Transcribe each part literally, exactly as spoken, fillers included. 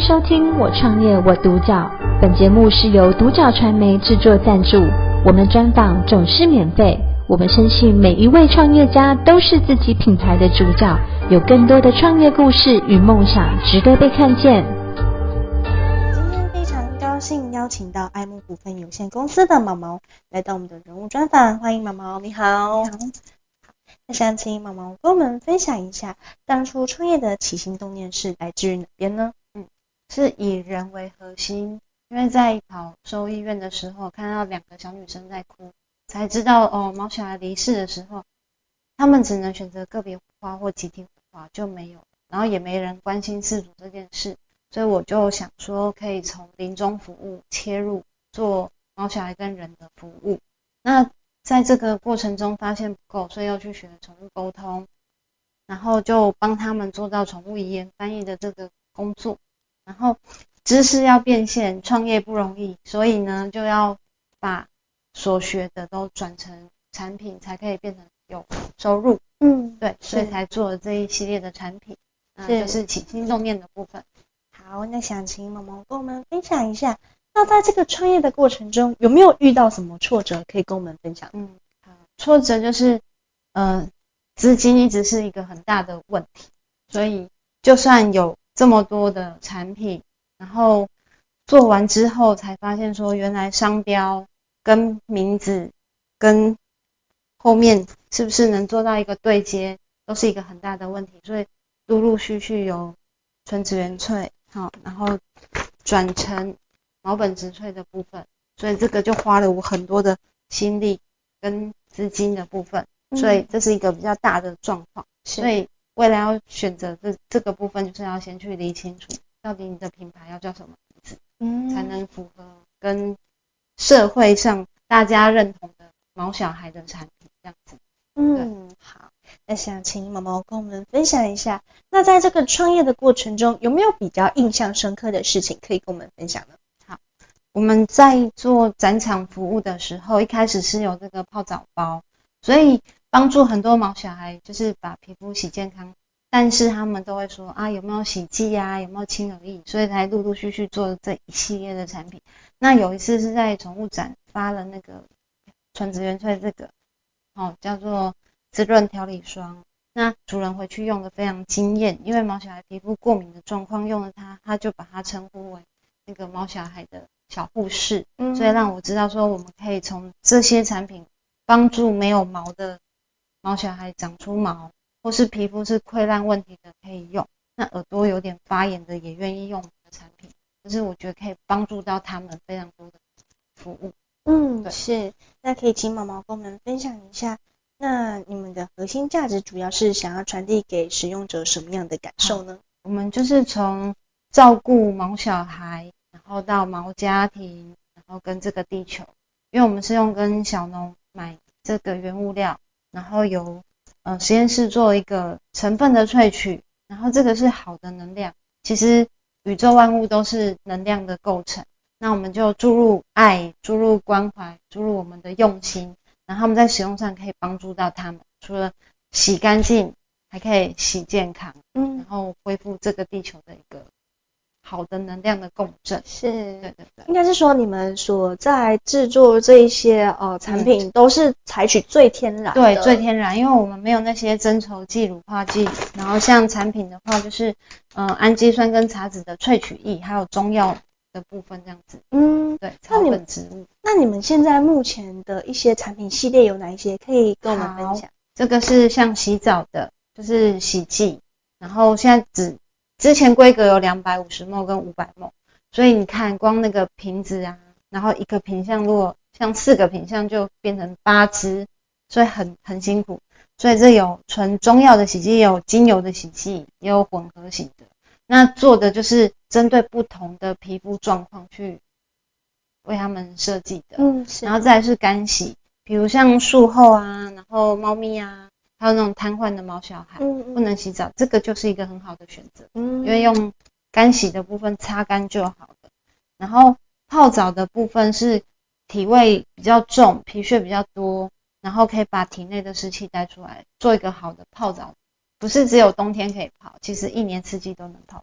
收听我创业我独角，本节目是由独角传媒制作赞助，我们专访总是免费，我们深信每一位创业家都是自己品牌的主角，有更多的创业故事与梦想值得被看见。 今天非常高兴邀请到爱慕股份有限公司的毛毛来到我们的人物专访，欢迎毛毛。你好。你好。那想请毛毛跟我们分享一下当初创业的起心动念是来自于哪边呢？ 嗯，是以人为核心，因为在跑兽医院的时候看到两个小女生在哭，才知道哦，毛小孩离世的时候他们只能选择个别火化或集体火化，就没有，然后也没人关心饲主这件事，所以我就想说可以从临终服务切入，做毛小孩跟人的服务。那在这个过程中发现不够，所以又去学宠物沟通，然后就帮他们做到宠物遗言翻译的这个工作。然后知识要变现，创业不容易，所以呢就要把所学的都转成产品，才可以变成有收入。 嗯， 对，所以才做了这一系列的产品，那就是起心动念的部分。 好，那想请毛毛跟我们分享一下，那在这个创业的过程中有没有遇到什么挫折可以跟我们分享？ 嗯，好，挫折就是呃资金一直是一个很大的问题，所以就算有这么多的产品，然后做完之后才发现说原来商标跟名字跟后面是不是能做到一个对接都是一个很大的问题，所以陆陆续续有纯植原萃，好，然后转成毛本植萃的部分，所以这个就花了我很多的心力跟资金的部分，所以这是一个比较大的状况、嗯、所以为了要选择这这个部分，就是要先去理清楚到底你的品牌要叫什么名字、嗯、才能符合跟社会上大家认同的毛小孩的产品这样子。 嗯，好，那想请毛毛跟我们分享一下，那在这个创业的过程中有没有比较印象深刻的事情可以跟我们分享呢？ 好，我们在做展场服务的时候，一开始是有这个泡澡包，所以帮助很多毛小孩就是把皮肤洗健康，但是他们都会说啊有没有洗剂啊，有没有清耳液，所以才陆陆续续做这一系列的产品。那有一次是在宠物展发了那个纯植原萃这个哦，叫做滋润调理霜，那主人回去用的非常惊艳，因为毛小孩皮肤过敏的状况用了它，他就把它称呼为那个毛小孩的小护士、嗯、所以让我知道说我们可以从这些产品帮助没有毛的毛小孩长出毛，或是皮肤是溃烂问题的可以用，那耳朵有点发炎的也愿意用我们的产品，就是我觉得可以帮助到他们非常多的服务。 嗯，是，那可以请毛毛跟我们分享一下，那你们的核心价值主要是想要传递给使用者什么样的感受呢？ 我们就是从照顾毛小孩，然后到毛家庭，然后跟这个地球，因为我们是用跟小农买这个原物料，然后由呃实验室做一个成分的萃取，然后这个是好的能量，其实宇宙万物都是能量的构成，那我们就注入爱，注入关怀，注入我们的用心，然后他们在使用上可以帮助到他们，除了洗干净还可以洗健康，嗯，然后恢复这个地球的一个好的能量的共振。 是， 对对对， 应该是说你们所在制作这一些呃产品都是采取最天然的、嗯、 对，最天然，因为我们没有那些增稠剂、乳化剂，然后像产品的话就是呃氨基酸跟茶籽的萃取液，还有中药的部分这样子。嗯，对，草本植物。 那你们现在目前的一些产品系列有哪一些可以跟我们分享？ 这个是像洗澡的，就是洗剂，然后现在只之前规格有 两百五十 ml 跟 五百 ml， 所以你看光那个瓶子啊，然后一个品项如果像四个品项就变成八支，所以很很辛苦。所以这有纯中药的洗剂，也有精油的洗剂，也有混合型的。那做的就是针对不同的皮肤状况去为他们设计的。嗯，是。然后再来是干洗，比如像术后啊，然后猫咪啊，还有那种瘫痪的毛小孩、嗯嗯、不能洗澡，这个就是一个很好的选择。嗯，因为用干洗的部分擦干就好了。然后泡澡的部分是体味比较重，皮屑比较多，然后可以把体内的湿气带出来，做一个好的泡澡。不是只有冬天可以泡，其实一年四季都能泡澡。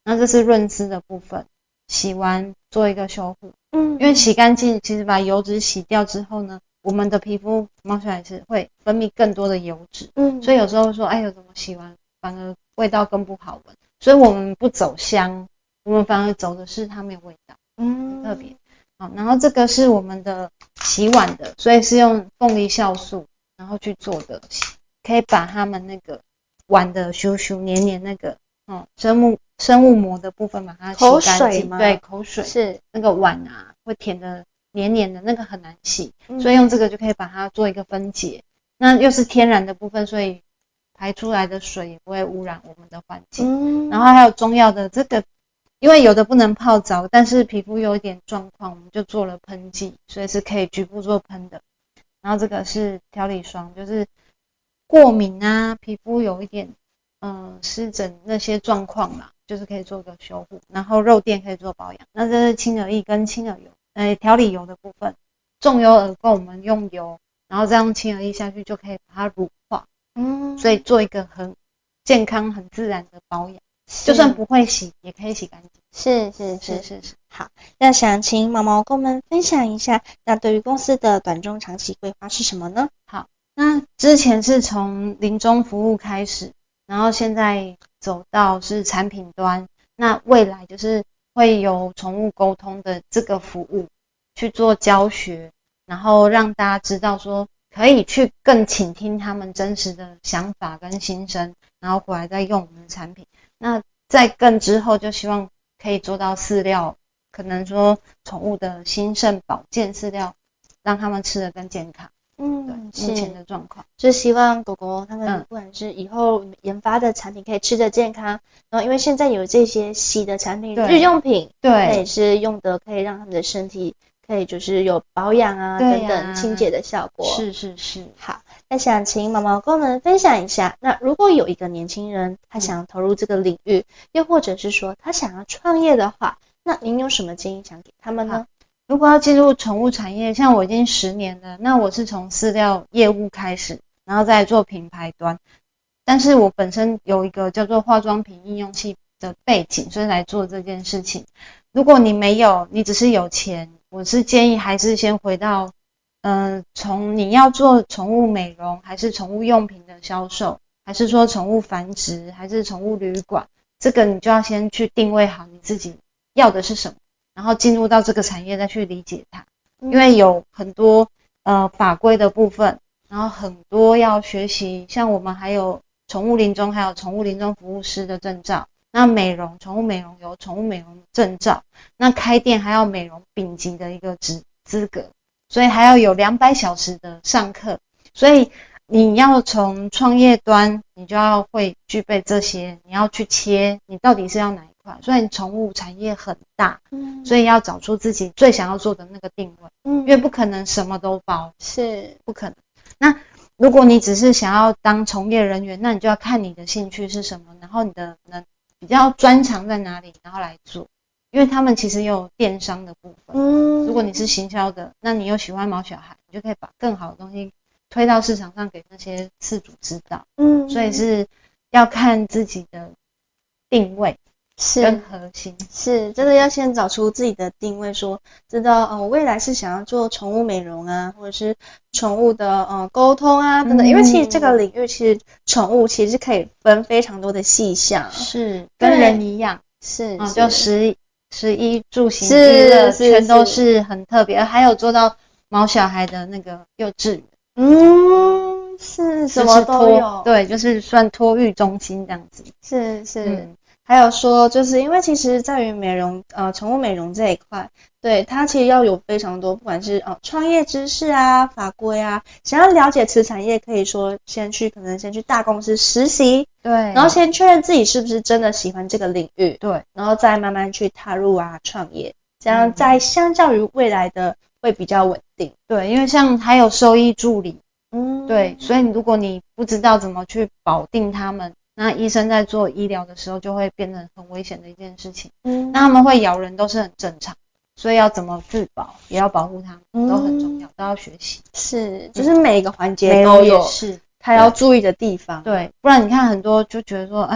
那这是润丝的部分，洗完做一个修护。 嗯， 因为洗干净，其实把油脂洗掉之后呢，我们的皮肤毛小孩是会分泌更多的油脂， 嗯， 所以有时候说，哎呦，怎么洗完反而味道更不好闻？所以我们不走香，我们反而走的是它没有味道， 嗯， 很特别。好，然后这个是我们的洗碗的，所以是用凤梨酵素然后去做的，可以把它们那个碗的咻咻黏黏那个哦生物生物膜的部分把它洗干净。 口水吗？ 对，口水是那个碗啊会甜的黏黏的，那个很难洗， 嗯， 所以用这个就可以把它做一个分解。那又是天然的部分，所以排出来的水也不会污染我们的环境。 嗯， 然后还有中药的这个。因为有的不能泡澡，但是皮肤有一点状况，我们就做了喷剂，所以是可以局部做喷的。然后这个是调理霜，就是过敏啊，皮肤有一点嗯湿疹那些状况啦，就是可以做个修护。然后肉垫可以做保养。那这是清耳液跟清耳油，呃调理油的部分，重油耳垢我们用油，然后再用清耳液下去就可以把它乳化。嗯，所以做一个很健康、很自然的保养。就算不会洗也可以洗干净。 是是是是是是。 好，那想请毛毛跟我们分享一下，那对于公司的短中长期规划是什么呢？ 好，那之前是从临终服务开始，然后现在走到是产品端，那未来就是会有宠物沟通的这个服务去做教学，然后让大家知道说可以去更倾听他们真实的想法跟心声，然后回来再用我们的产品。那在更之后就希望可以做到饲料，可能说宠物的兴盛保健饲料，让他们吃得更健康。嗯，对，目前的状况就希望狗狗他们不管是以后研发的产品可以吃得健康，然后因为现在有这些洗的产品、日用品， 对， 那也是用的可以让他们的身体可以就是有保养啊等等清洁的效果。 是是是。 好，那想请毛毛跟我们分享一下，那如果有一个年轻人他想投入这个领域，嗯、又或者是说他想要创业的话，那您有什么建议想给他们呢？ 如果要进入宠物产业，像我已经十年了，那我是从饲料业务开始，然后再做品牌端。但是我本身有一个叫做化妆品应用器的背景，所以来做这件事情。如果你没有，你只是有钱，我是建议还是先回到，嗯、呃，从你要做宠物美容，还是宠物用品的销售，还是说宠物繁殖，还是宠物旅馆，这个你就要先去定位好你自己要的是什么。然后进入到这个产业再去理解它，因为有很多呃法规的部分，然后很多要学习，像我们还有宠物临终，还有宠物临终服务师的证照，那美容宠物美容有宠物美容证照，那开店还要美容丙级的一个资资格，所以还要有两百小时的上课，所以你要从创业端，你就要会具备这些，你要去切，你到底是要哪一块？所以宠物产业很大，嗯，所以要找出自己最想要做的那个定位，嗯，因为不可能什么都包， 是不可能。那如果你只是想要当从业人员，那你就要看你的兴趣是什么，然后你的能比较专长在哪里，然后来做。因为他们其实也有电商的部分，嗯，如果你是行销的，那你又喜欢毛小孩，你就可以把更好的东西推到市场上给那些饲主知道，嗯，所以是要看自己的定位跟核心， 是真的要先找出自己的定位，说知道哦，我未来是想要做宠物美容啊，或者是宠物的呃沟通啊等等，嗯，因为其实这个领域其实宠物其实可以分非常多的细项， 是跟人一样， 是， 哦，就食食衣住行娱乐全都是很特别，还有做到毛小孩的那个幼稚园， 嗯，是什么都有， 对，就是算托育中心这样子， 是是。嗯，还有说，就是因为其实在于美容，呃，宠物美容这一块，对它其实要有非常多，不管是呃创业知识啊、法规啊，想要了解此产业，可以说先去可能先去大公司实习， 对， 然后先确认自己是不是真的喜欢这个领域， 对， 然后再慢慢去踏入啊创业，这样在相较于未来的会比较稳定， 对，因为像还有兽医助理，嗯，对，所以如果你不知道怎么去保定他们。那医生在做医疗的时候就会变得很危险的一件事情，嗯，那他们会咬人都是很正常，所以要怎么自保也要保护他们，嗯，都很重要，都要学习。 是，就是每一个环节都有是他要注意的地方。 对，不然你看很多就觉得说啊，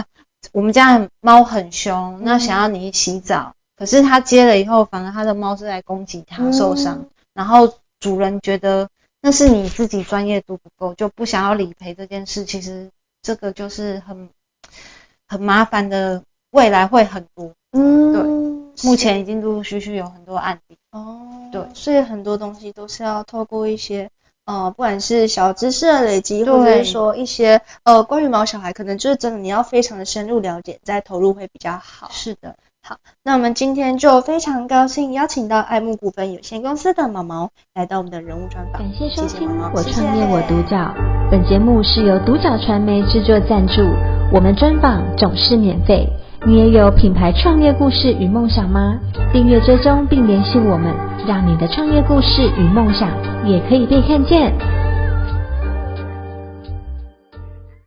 我们家的猫很凶，那想要你洗澡，可是他接了以后，反而他的猫是来攻击他受伤，嗯，然后主人觉得那是你自己专业度不够，就不想要理赔这件事，其实这个就是很很麻烦的，未来会很多。嗯，对，目前已经陆陆续续有很多案例。 哦， 对， 所以很多东西都是要透过一些呃，不管是小知识的累积，或者是说一些呃关于毛小孩，可能就是真的你要非常的深入了解，再投入会比较好。 是的。 好，那我们今天就非常高兴邀请到爱慕股份有限公司的毛毛来到我们的人物专访。 感谢收听谢谢毛毛， 我创业我独角。本节目是由独角传媒制作赞助，我们专访总是免费。你也有品牌创业故事与梦想吗？订阅追踪并联系我们，让你的创业故事与梦想也可以被看见。